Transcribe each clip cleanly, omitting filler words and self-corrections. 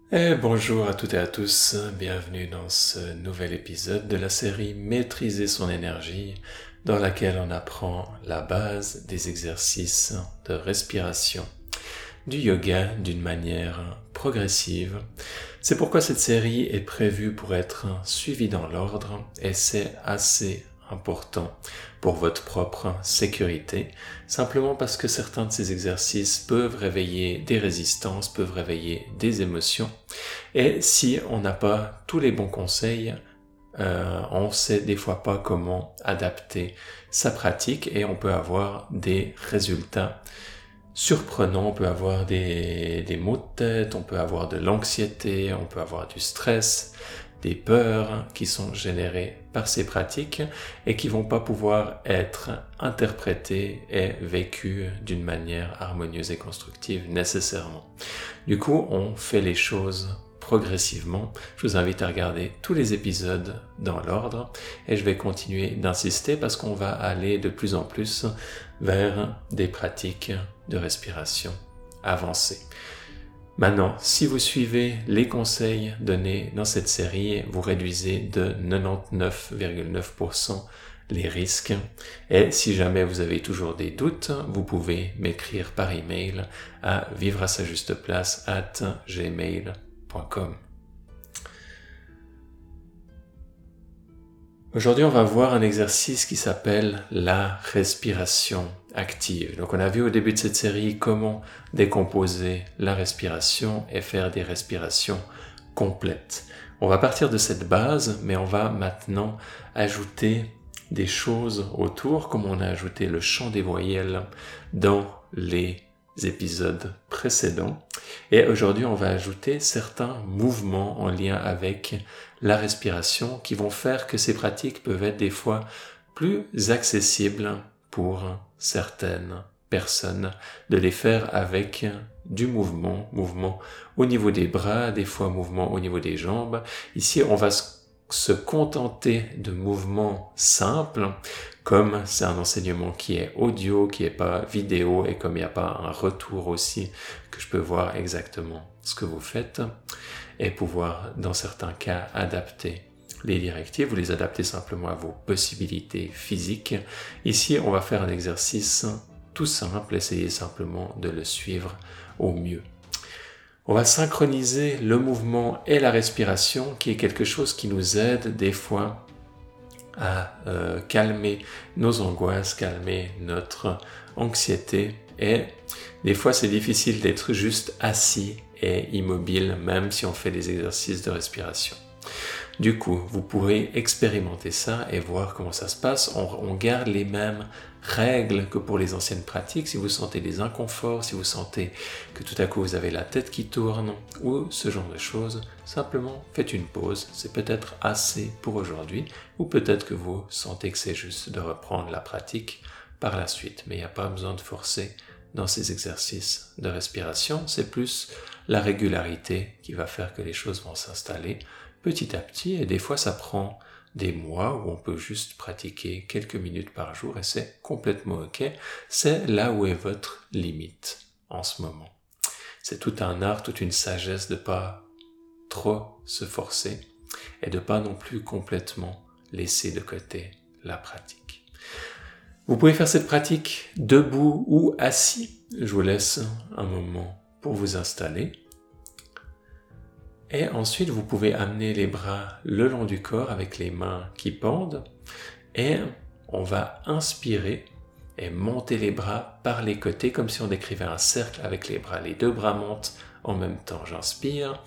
Et bonjour à toutes et à tous, bienvenue dans ce nouvel épisode de la série Maîtriser son énergie, dans laquelle on apprend la base des exercices de respiration, du yoga d'une manière progressive. C'est pourquoi cette série est prévue pour être suivie dans l'ordre et c'est assez important pour votre propre sécurité, simplement parce que certains de ces exercices peuvent réveiller des résistances, peuvent réveiller des émotions, et si on n'a pas tous les bons conseils, on sait des fois pas comment adapter sa pratique et on peut avoir des résultats surprenants, on peut avoir des maux de tête, on peut avoir de l'anxiété, on peut avoir du stress, des peurs qui sont générées par ces pratiques et qui vont pas pouvoir être interprétées et vécues d'une manière harmonieuse et constructive nécessairement. Du coup, on fait les choses progressivement. Je vous invite à regarder tous les épisodes dans l'ordre et je vais continuer d'insister parce qu'on va aller de plus en plus vers des pratiques de respiration avancées. Maintenant, si vous suivez les conseils donnés dans cette série, vous réduisez de 99,9% les risques. Et si jamais vous avez toujours des doutes, vous pouvez m'écrire par email à vivreasajusteplace@gmail.com. Aujourd'hui, on va voir un exercice qui s'appelle la respiration active. Donc, on a vu au début de cette série comment décomposer la respiration et faire des respirations complètes. On va partir de cette base, mais on va maintenant ajouter des choses autour, comme on a ajouté le chant des voyelles dans les épisodes précédents. Et aujourd'hui, on va ajouter certains mouvements en lien avec la respiration qui vont faire que ces pratiques peuvent être des fois plus accessibles pour certaines personnes, de les faire avec du mouvement au niveau des bras, des fois mouvement au niveau des jambes. Ici, on va se contenter de mouvements simples, comme c'est un enseignement qui est audio, qui est pas vidéo, et comme il n'y a pas un retour aussi, que je peux voir exactement ce que vous faites, et pouvoir, dans certains cas, adapter les directives, vous les adaptez simplement à vos possibilités physiques. Ici, on va faire un exercice tout simple, essayez simplement de le suivre au mieux. On va synchroniser le mouvement et la respiration, qui est quelque chose qui nous aide des fois à calmer nos angoisses, calmer notre anxiété. Et des fois, c'est difficile d'être juste assis et immobile, même si on fait des exercices de respiration. Du coup, vous pourrez expérimenter ça et voir comment ça se passe. On garde les mêmes règles que pour les anciennes pratiques. Si vous sentez des inconforts, si vous sentez que tout à coup vous avez la tête qui tourne ou ce genre de choses, simplement faites une pause. C'est peut-être assez pour aujourd'hui ou peut-être que vous sentez que c'est juste de reprendre la pratique par la suite. Mais il n'y a pas besoin de forcer dans ces exercices de respiration. C'est plus la régularité qui va faire que les choses vont s'installer petit à petit, et des fois ça prend des mois où on peut juste pratiquer quelques minutes par jour et c'est complètement ok. C'est là où est votre limite en ce moment. C'est tout un art, toute une sagesse de pas trop se forcer et de pas non plus complètement laisser de côté la pratique. Vous pouvez faire cette pratique debout ou assis. Je vous laisse un moment pour vous installer. Et ensuite, vous pouvez amener les bras le long du corps avec les mains qui pendent. Et on va inspirer et monter les bras par les côtés comme si on décrivait un cercle avec les bras. Les deux bras montent en même temps. J'inspire.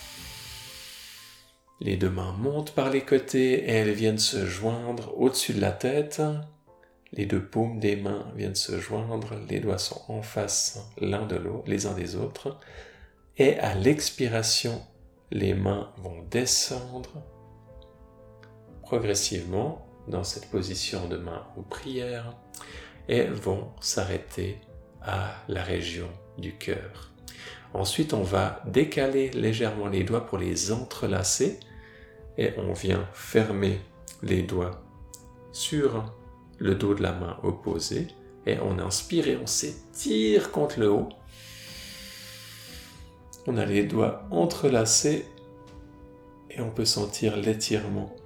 Les deux mains montent par les côtés et elles viennent se joindre au-dessus de la tête. Les deux paumes des mains viennent se joindre. Les doigts sont en face l'un de l'autre, les uns des autres. Et à l'expiration, les mains vont descendre progressivement dans cette position de main en prière et vont s'arrêter à la région du cœur. Ensuite, on va décaler légèrement les doigts pour les entrelacer et on vient fermer les doigts sur le dos de la main opposée et on inspire et on s'étire contre le haut. On a les doigts entrelacés et on peut sentir l'étirement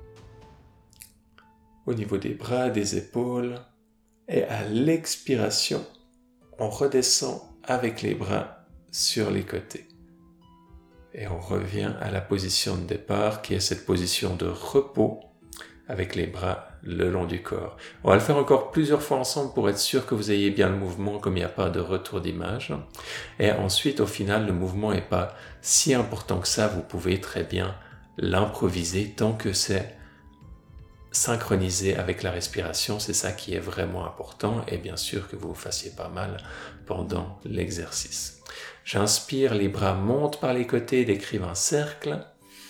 au niveau des bras, des épaules. Et à l'expiration, on redescend avec les bras sur les côtés. Et on revient à la position de départ qui est cette position de repos avec les bras le long du corps. On va le faire encore plusieurs fois ensemble pour être sûr que vous ayez bien le mouvement comme il n'y a pas de retour d'image. Et ensuite, au final, le mouvement n'est pas si important que ça. Vous pouvez très bien l'improviser tant que c'est synchronisé avec la respiration. C'est ça qui est vraiment important. Et bien sûr que vous vous fassiez pas mal pendant l'exercice. J'inspire, les bras montent par les côtés, décrivent un cercle.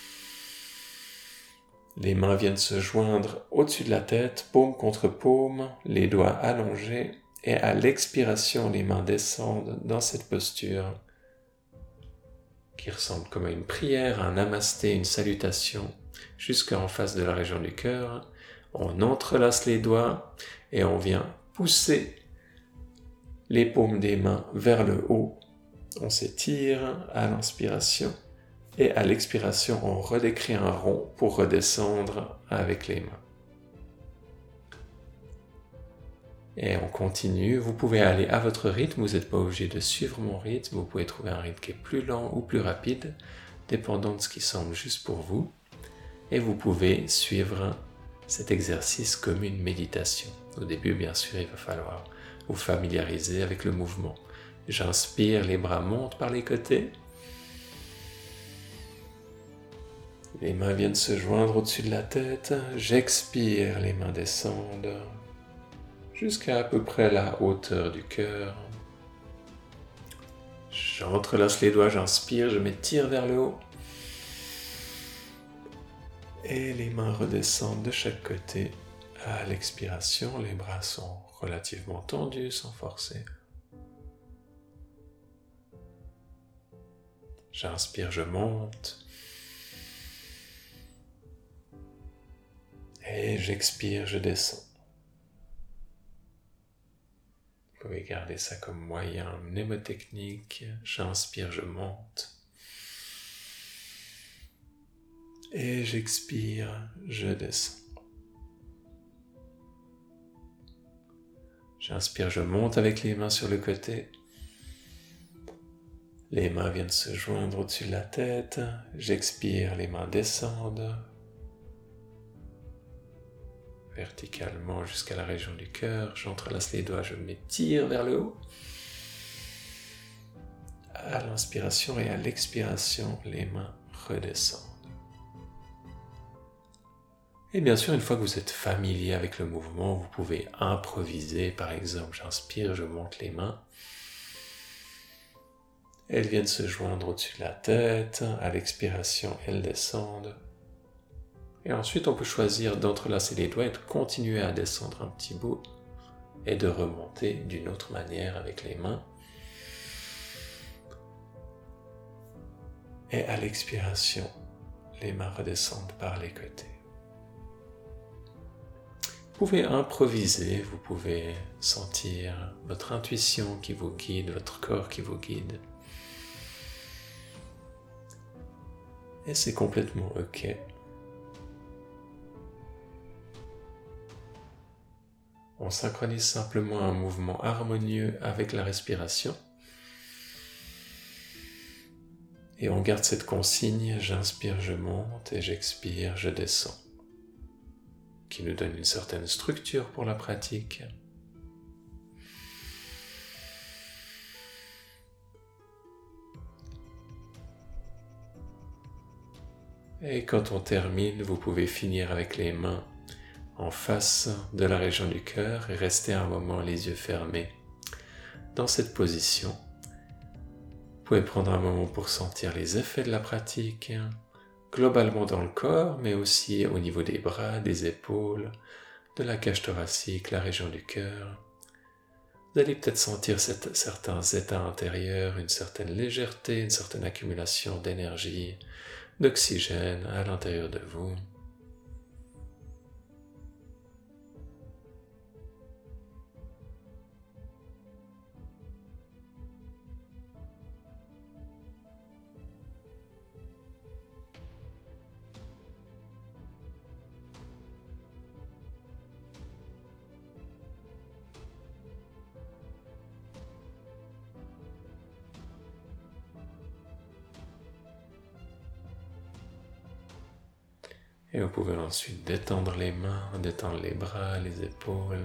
Les mains viennent se joindre au-dessus de la tête, paume contre paume, les doigts allongés. Et à l'expiration, les mains descendent dans cette posture qui ressemble comme à une prière, un namasté, une salutation, jusqu'en face de la région du cœur. On entrelace les doigts et on vient pousser les paumes des mains vers le haut. On s'étire à l'inspiration et à l'expiration, on redécrit un rond pour redescendre avec les mains. Et on continue. Vous pouvez aller à votre rythme, vous n'êtes pas obligé de suivre mon rythme. Vous pouvez trouver un rythme qui est plus lent ou plus rapide, dépendant de ce qui semble juste pour vous. Et vous pouvez suivre cet exercice comme une méditation. Au début, bien sûr, il va falloir vous familiariser avec le mouvement. J'inspire, les bras montent par les côtés. Les mains viennent se joindre au-dessus de la tête. J'expire, les mains descendent jusqu'à peu près la hauteur du cœur. J'entrelace les doigts, j'inspire, je m'étire vers le haut. Et les mains redescendent de chaque côté. À l'expiration, les bras sont relativement tendus sans forcer. J'inspire, je monte. Et j'expire, je descends. Vous pouvez garder ça comme moyen mnémotechnique. J'inspire, je monte. Et j'expire, je descends. J'inspire, je monte avec les mains sur le côté. Les mains viennent se joindre au-dessus de la tête. J'expire, les mains descendent verticalement jusqu'à la région du cœur. J'entrelace les doigts, je m'étire vers le haut. À l'inspiration et à l'expiration, les mains redescendent. Et bien sûr, une fois que vous êtes familier avec le mouvement, vous pouvez improviser. Par exemple, j'inspire, je monte les mains. Elles viennent se joindre au-dessus de la tête. À l'expiration, elles descendent. Et ensuite, on peut choisir d'entrelacer les doigts et de continuer à descendre un petit bout et de remonter d'une autre manière avec les mains. Et à l'expiration, les mains redescendent par les côtés. Vous pouvez improviser, vous pouvez sentir votre intuition qui vous guide, votre corps qui vous guide. Et c'est complètement OK. On synchronise simplement un mouvement harmonieux avec la respiration. Et on garde cette consigne, j'inspire, je monte et j'expire, je descends, qui nous donne une certaine structure pour la pratique. Et quand on termine, vous pouvez finir avec les mains en face de la région du cœur et rester un moment les yeux fermés dans cette position. Vous pouvez prendre un moment pour sentir les effets de la pratique, globalement dans le corps, mais aussi au niveau des bras, des épaules, de la cage thoracique, la région du cœur. Vous allez peut-être sentir certains états intérieurs, une certaine légèreté, une certaine accumulation d'énergie, d'oxygène à l'intérieur de vous. Et vous pouvez ensuite détendre les mains, détendre les bras, les épaules.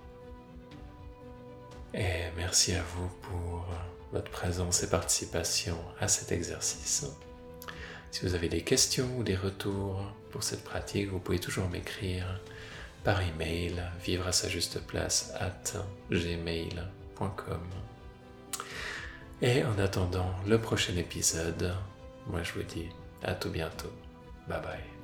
Et merci à vous pour votre présence et participation à cet exercice. Si vous avez des questions ou des retours pour cette pratique, vous pouvez toujours m'écrire par email vivreasajusteplace@gmail.com. Et en attendant le prochain épisode, moi je vous dis à tout bientôt. Bye bye.